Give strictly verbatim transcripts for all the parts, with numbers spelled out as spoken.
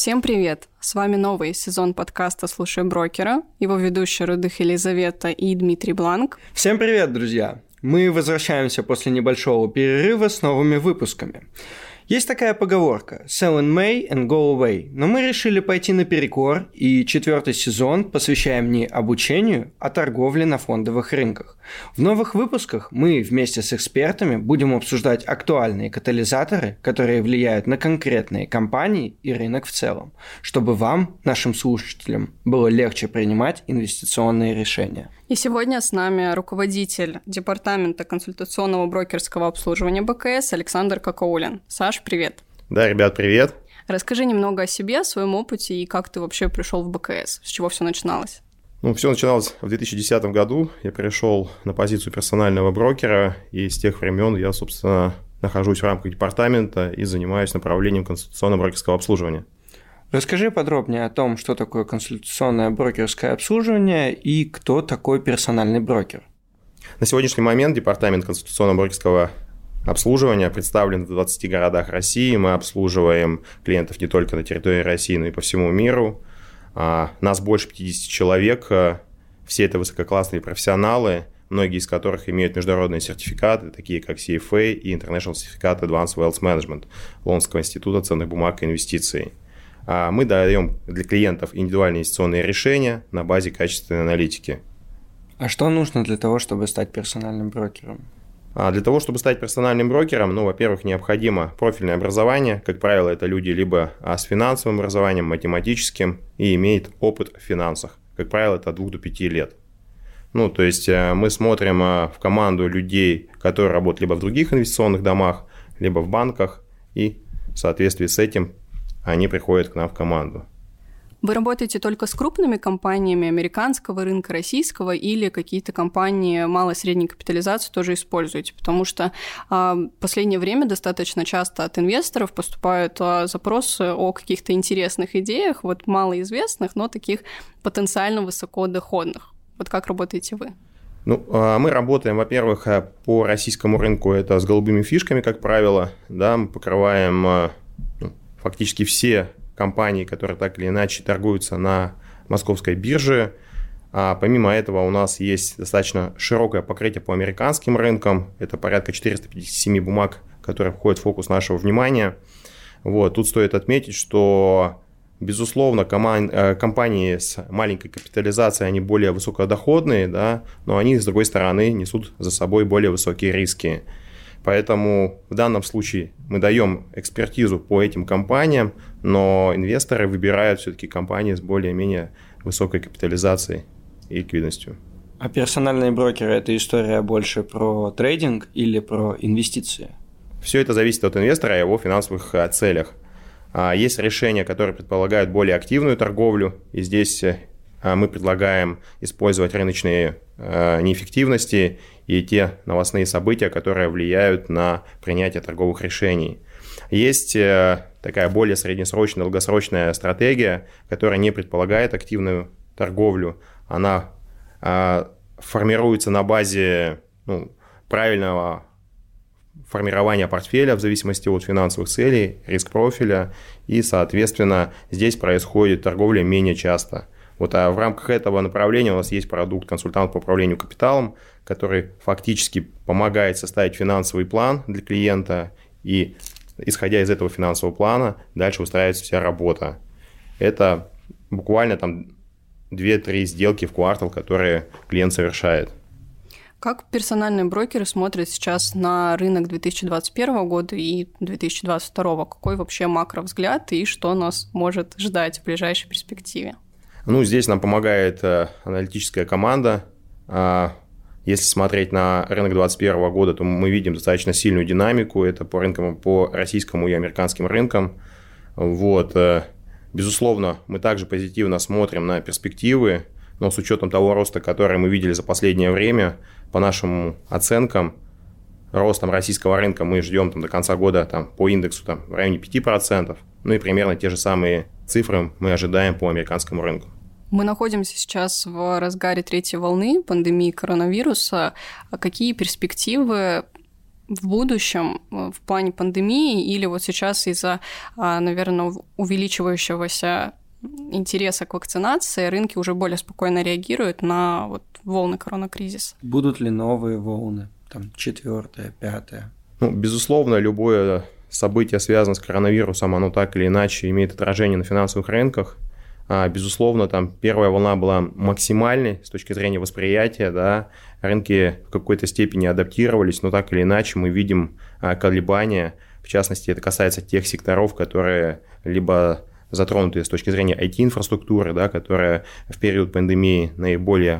Всем привет! С вами новый сезон подкаста «Слушай брокера», его ведущие Рудых Елизавета и Дмитрий Бланк. Всем привет, друзья! Мы возвращаемся после небольшого перерыва с новыми выпусками. Есть такая поговорка «Sell in May and go away», но мы решили пойти наперекор, и четвертый сезон посвящаем не обучению, а торговле на фондовых рынках. В новых выпусках мы вместе с экспертами будем обсуждать актуальные катализаторы, которые влияют на конкретные компании и рынок в целом, чтобы вам, нашим слушателям, было легче принимать инвестиционные решения. И сегодня с нами руководитель Департамента консультационного брокерского обслуживания БКС Александр Какаулин. Саш, привет. Да, ребят, привет. Расскажи немного о себе, о своем опыте и как ты вообще пришел в БКС, с чего все начиналось. Ну, все начиналось в две тысячи десятом году. Я перешел на позицию персонального брокера, и с тех времен я, собственно, нахожусь в рамках департамента и занимаюсь направлением консультационно-брокерского обслуживания. Расскажи подробнее о том, что такое консультационное брокерское обслуживание и кто такой персональный брокер. На сегодняшний момент департамент консультационно-брокерского обслуживания представлен в двадцати городах России. Мы обслуживаем клиентов не только на территории России, но и по всему миру. Нас больше пятидесяти человек. Все это высококлассные профессионалы, многие из которых имеют международные сертификаты, такие как си эф эй и International Certificate Advanced Wealth Management Лондонского института ценных бумаг и инвестиций. Мы даем для клиентов индивидуальные инвестиционные решения на базе качественной аналитики. А что нужно для того, чтобы стать персональным брокером? Для того, чтобы стать персональным брокером, ну, во-первых, необходимо профильное образование. Как правило, это люди либо с финансовым образованием, математическим и имеют опыт в финансах. Как правило, это от двух до пяти лет. Ну, то есть мы смотрим в команду людей, которые работают либо в других инвестиционных домах, либо в банках, и в соответствии с этим они приходят к нам в команду. Вы работаете только с крупными компаниями американского рынка, российского, или какие-то компании малой и средней капитализации тоже используете? Потому что а, в последнее время достаточно часто от инвесторов поступают а, запросы о каких-то интересных идеях, вот малоизвестных, но таких потенциально высокодоходных. Вот как работаете вы? Ну, мы работаем, во-первых, по российскому рынку, это с голубыми фишками, как правило, да, мы покрываем ну, фактически все компании, которые так или иначе торгуются на московской бирже. А помимо этого у нас есть достаточно широкое покрытие по американским рынкам. Это порядка четыреста пятьдесят семь бумаг, которые входят в фокус нашего внимания. Вот. Тут стоит отметить, что, безусловно, компании с маленькой капитализацией, они более высокодоходные, да, но они, с другой стороны, несут за собой более высокие риски. Поэтому в данном случае мы даем экспертизу по этим компаниям, но инвесторы выбирают все-таки компании с более-менее высокой капитализацией и ликвидностью. А персональные брокеры – это история больше про трейдинг или про инвестиции? Все это зависит от инвестора и его финансовых целях. Есть решения, которые предполагают более активную торговлю, и здесь мы предлагаем использовать рыночные неэффективности и те новостные события, которые влияют на принятие торговых решений. Есть такая более среднесрочная, долгосрочная стратегия, которая не предполагает активную торговлю. Она формируется на базе ну, правильного формирования портфеля в зависимости от финансовых целей, риск-профиля, и, соответственно, здесь происходит торговля менее часто. Вот, а в рамках этого направления у нас есть продукт «Консультант по управлению капиталом», который фактически помогает составить финансовый план для клиента, и, исходя из этого финансового плана, дальше выстраивается вся работа. Это буквально там две-три сделки в квартал, которые клиент совершает. Как персональные брокеры смотрят сейчас на рынок две тысячи двадцать первого года и две тысячи двадцать второго? Какой вообще макровзгляд и что нас может ждать в ближайшей перспективе? Ну, здесь нам помогает аналитическая команда. Если смотреть на рынок две тысячи двадцать первого года, то мы видим достаточно сильную динамику. Это по рынкам, по российскому и американским рынкам. Вот. Безусловно, мы также позитивно смотрим на перспективы, но с учетом того роста, который мы видели за последнее время, по нашим оценкам, ростом российского рынка мы ждем там, до конца года там, по индексу там, в районе пяти процентов. Ну и примерно те же самые цифры мы ожидаем по американскому рынку. Мы находимся сейчас в разгаре третьей волны пандемии коронавируса. Какие перспективы в будущем, в плане пандемии, или вот сейчас из-за, наверное, увеличивающегося интереса к вакцинации рынки уже более спокойно реагируют на вот волны коронакризиса? Будут ли новые волны, там, четвертая, пятая? Ну, безусловно, любое событие, связанное с коронавирусом, оно так или иначе имеет отражение на финансовых рынках. А, безусловно, там первая волна была максимальной с точки зрения восприятия, да, рынки в какой-то степени адаптировались, но так или иначе мы видим а, колебания, в частности, это касается тех секторов, которые либо затронутые с точки зрения ай ти-инфраструктуры, да, которая в период пандемии наиболее,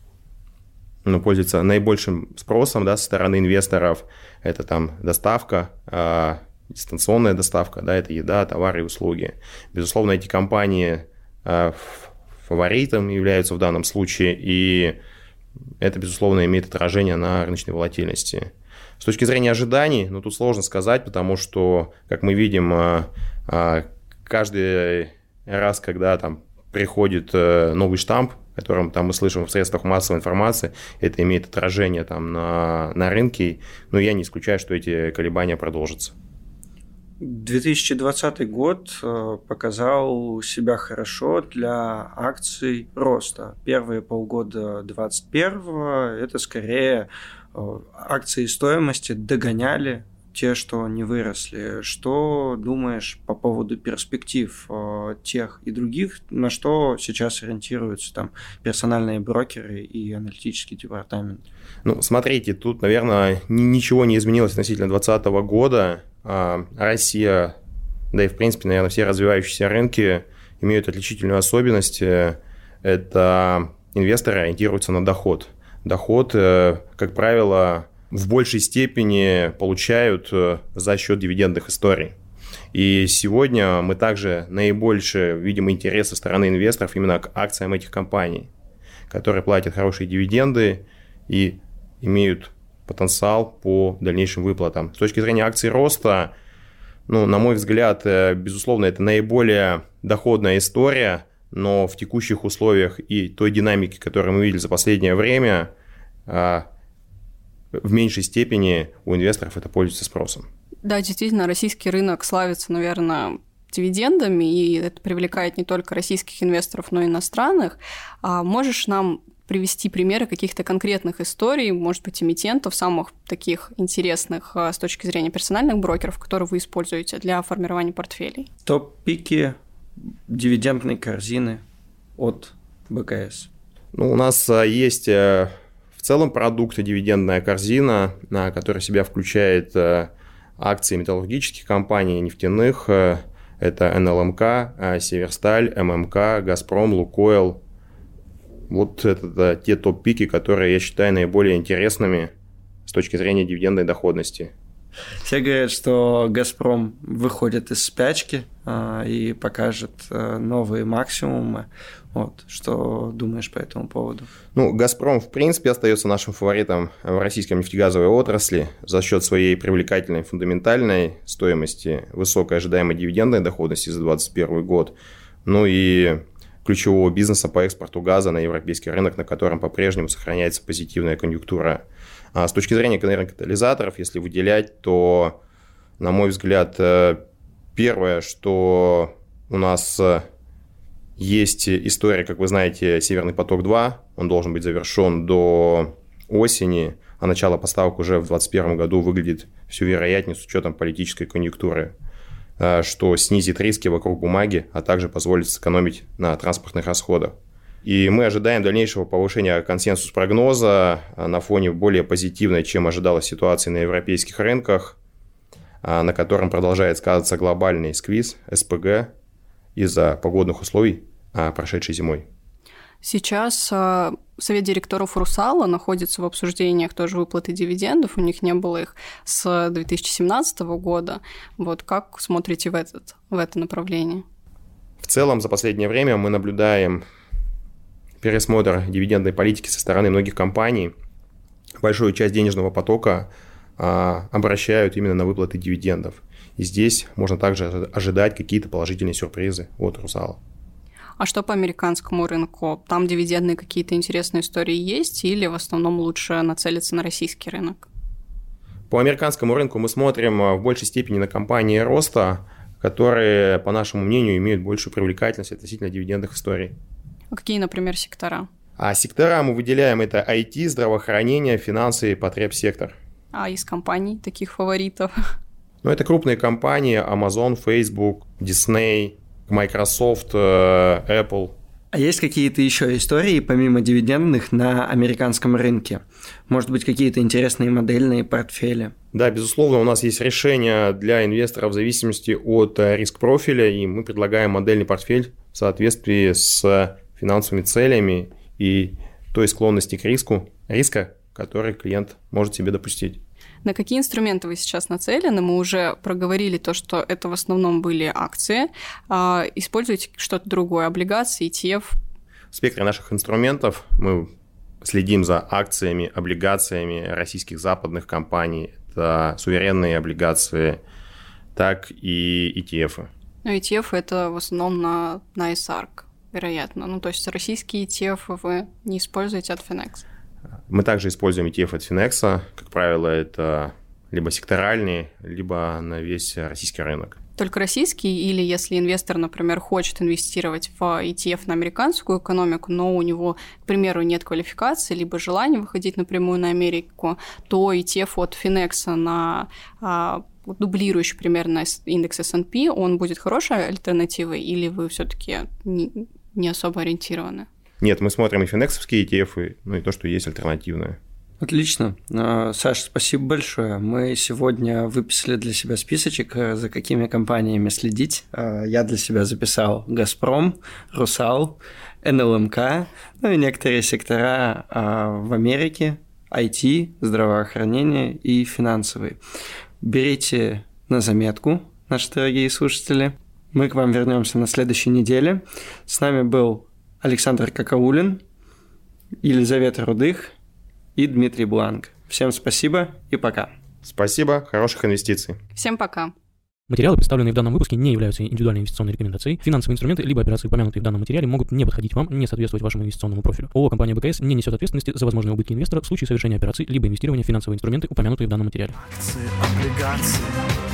ну, пользуется наибольшим спросом, да, со стороны инвесторов, это там доставка, э, дистанционная доставка, да, это еда, товары и услуги. Безусловно, эти компании э, фаворитом являются в данном случае, и это, безусловно, имеет отражение на рыночной волатильности. С точки зрения ожиданий, ну, тут сложно сказать, потому что, как мы видим, э, э, каждый раз, когда там приходит новый штамп, о котором там мы слышим в средствах массовой информации, это имеет отражение там на, на рынке, но я не исключаю, что эти колебания продолжатся. две тысячи двадцатый год показал себя хорошо для акций роста. Первые полгода две тысячи двадцать первого это скорее акции стоимости догоняли те, что не выросли. Что думаешь по поводу перспектив э, тех и других, на что сейчас ориентируются там персональные брокеры и аналитический департамент? Ну, смотрите, тут, наверное, ничего не изменилось относительно двадцатого года. А, Россия, да и, в принципе, наверное, все развивающиеся рынки имеют отличительную особенность. Это инвесторы ориентируются на доход. Доход, как правило, в большей степени получают за счет дивидендных историй. И сегодня мы также наибольше видим интерес со стороны инвесторов именно к акциям этих компаний, которые платят хорошие дивиденды и имеют потенциал по дальнейшим выплатам. С точки зрения акций роста, ну, на мой взгляд, безусловно, это наиболее доходная история, но в текущих условиях и той динамике, которую мы видели за последнее время, в меньшей степени у инвесторов это пользуется спросом. Да, действительно, российский рынок славится, наверное, дивидендами, и это привлекает не только российских инвесторов, но и иностранных. А можешь нам привести примеры каких-то конкретных историй, может быть, эмитентов, самых таких интересных с точки зрения персональных брокеров, которые вы используете для формирования портфелей? Топ-пики дивидендной корзины от бэ ка эс. Ну, у нас есть в целом продукт дивидендная корзина, которая в себя включает акции металлургических компаний, нефтяных. Это эн эл эм ка, Северсталь, эм эм ка, Газпром, Лукойл. Вот это те топ-пики, которые я считаю наиболее интересными с точки зрения дивидендной доходности. Все говорят, что «Газпром» выходит из спячки э, и покажет э, новые максимумы. Вот. Что думаешь по этому поводу? Ну, «Газпром» в принципе остается нашим фаворитом в российской нефтегазовой отрасли за счет своей привлекательной фундаментальной стоимости, высокой ожидаемой дивидендной доходности за две тысячи двадцать первый год, ну и ключевого бизнеса по экспорту газа на европейский рынок, на котором по-прежнему сохраняется позитивная конъюнктура. А с точки зрения катализаторов, если выделять, то, на мой взгляд, первое, что у нас есть история, как вы знаете, «Северный поток-два», он должен быть завершен до осени, а начало поставок уже в две тысячи двадцать первом году выглядит все вероятнее с учетом политической конъюнктуры, что снизит риски вокруг бумаги, а также позволит сэкономить на транспортных расходах. И мы ожидаем дальнейшего повышения консенсус-прогноза на фоне более позитивной, чем ожидалась ситуации на европейских рынках, на котором продолжает сказываться глобальный сквиз эс пэ гэ из-за погодных условий, прошедшей зимой. Сейчас совет директоров «Русала» находится в обсуждениях тоже выплаты дивидендов, у них не было их с две тысячи семнадцатого года. Вот как смотрите в, этот, в это направление? В целом, за последнее время мы наблюдаем пересмотр дивидендной политики со стороны многих компаний. Большую часть денежного потока а, обращают именно на выплаты дивидендов. И здесь можно также ожидать какие-то положительные сюрпризы от «Русала». А что по американскому рынку? Там дивидендные какие-то интересные истории есть или в основном лучше нацелиться на российский рынок? По американскому рынку мы смотрим в большей степени на компании роста, которые, по нашему мнению, имеют большую привлекательность относительно дивидендных историй. А какие, например, сектора? А сектора мы выделяем это ай ти, здравоохранение, финансы и потребсектор. А из компаний таких фаворитов? Ну, это крупные компании: Amazon, Facebook, Disney, Microsoft, Apple. А есть какие-то еще истории, помимо дивидендных, на американском рынке? Может быть, какие-то интересные модельные портфели? Да, безусловно, у нас есть решения для инвесторов в зависимости от риск-профиля, и мы предлагаем модельный портфель в соответствии с финансовыми целями и той склонности к риску, риска, который клиент может себе допустить. На какие инструменты вы сейчас нацелены? Мы уже проговорили то, что это в основном были акции. А используете что-то другое? Облигации, и ти эф? В спектре наших инструментов мы следим за акциями, облигациями российских западных компаний. Это суверенные облигации, так и и ти эф. Ну, и ти эф это в основном на, на эс ар си, вероятно. Ну, то есть российские и ти эф вы не используете от Finex? Мы также используем и ти эф от Finex. Как правило, это либо секторальные, либо на весь российский рынок. Только российский, или если инвестор, например, хочет инвестировать в и ти эф на американскую экономику, но у него, к примеру, нет квалификации, либо желания выходить напрямую на Америку, то и ти эф от Finex на а, дублирующий примерно индекс эс энд пи, он будет хорошей альтернативой, или вы все-таки не, не особо ориентированы? Нет, мы смотрим и финексовские и ти эф, ну и то, что есть альтернативное. Отлично. Саша, спасибо большое. Мы сегодня выписали для себя списочек, за какими компаниями следить. Я для себя записал «Газпром», «Русал», эн эл эм ка, ну и некоторые сектора в Америке, ай ти, здравоохранение и финансовые. Берите на заметку, наши дорогие слушатели. Мы к вам вернемся на следующей неделе. С нами был Александр Какаулин, Елизавета Рудых и Дмитрий Бланк. Всем спасибо и пока. Спасибо, хороших инвестиций. Всем пока. Материалы, представленные в данном выпуске, не являются индивидуальной инвестиционной рекомендацией. Финансовые инструменты либо операции, упомянутые в данном материале, могут не подходить вам, не соответствовать вашему инвестиционному профилю. ООО «Компания бэ ка эс» не несет ответственности за возможные убытки инвестора в случае совершения операций либо инвестирования в финансовые инструменты, упомянутые в данном материале. Акции, облигации.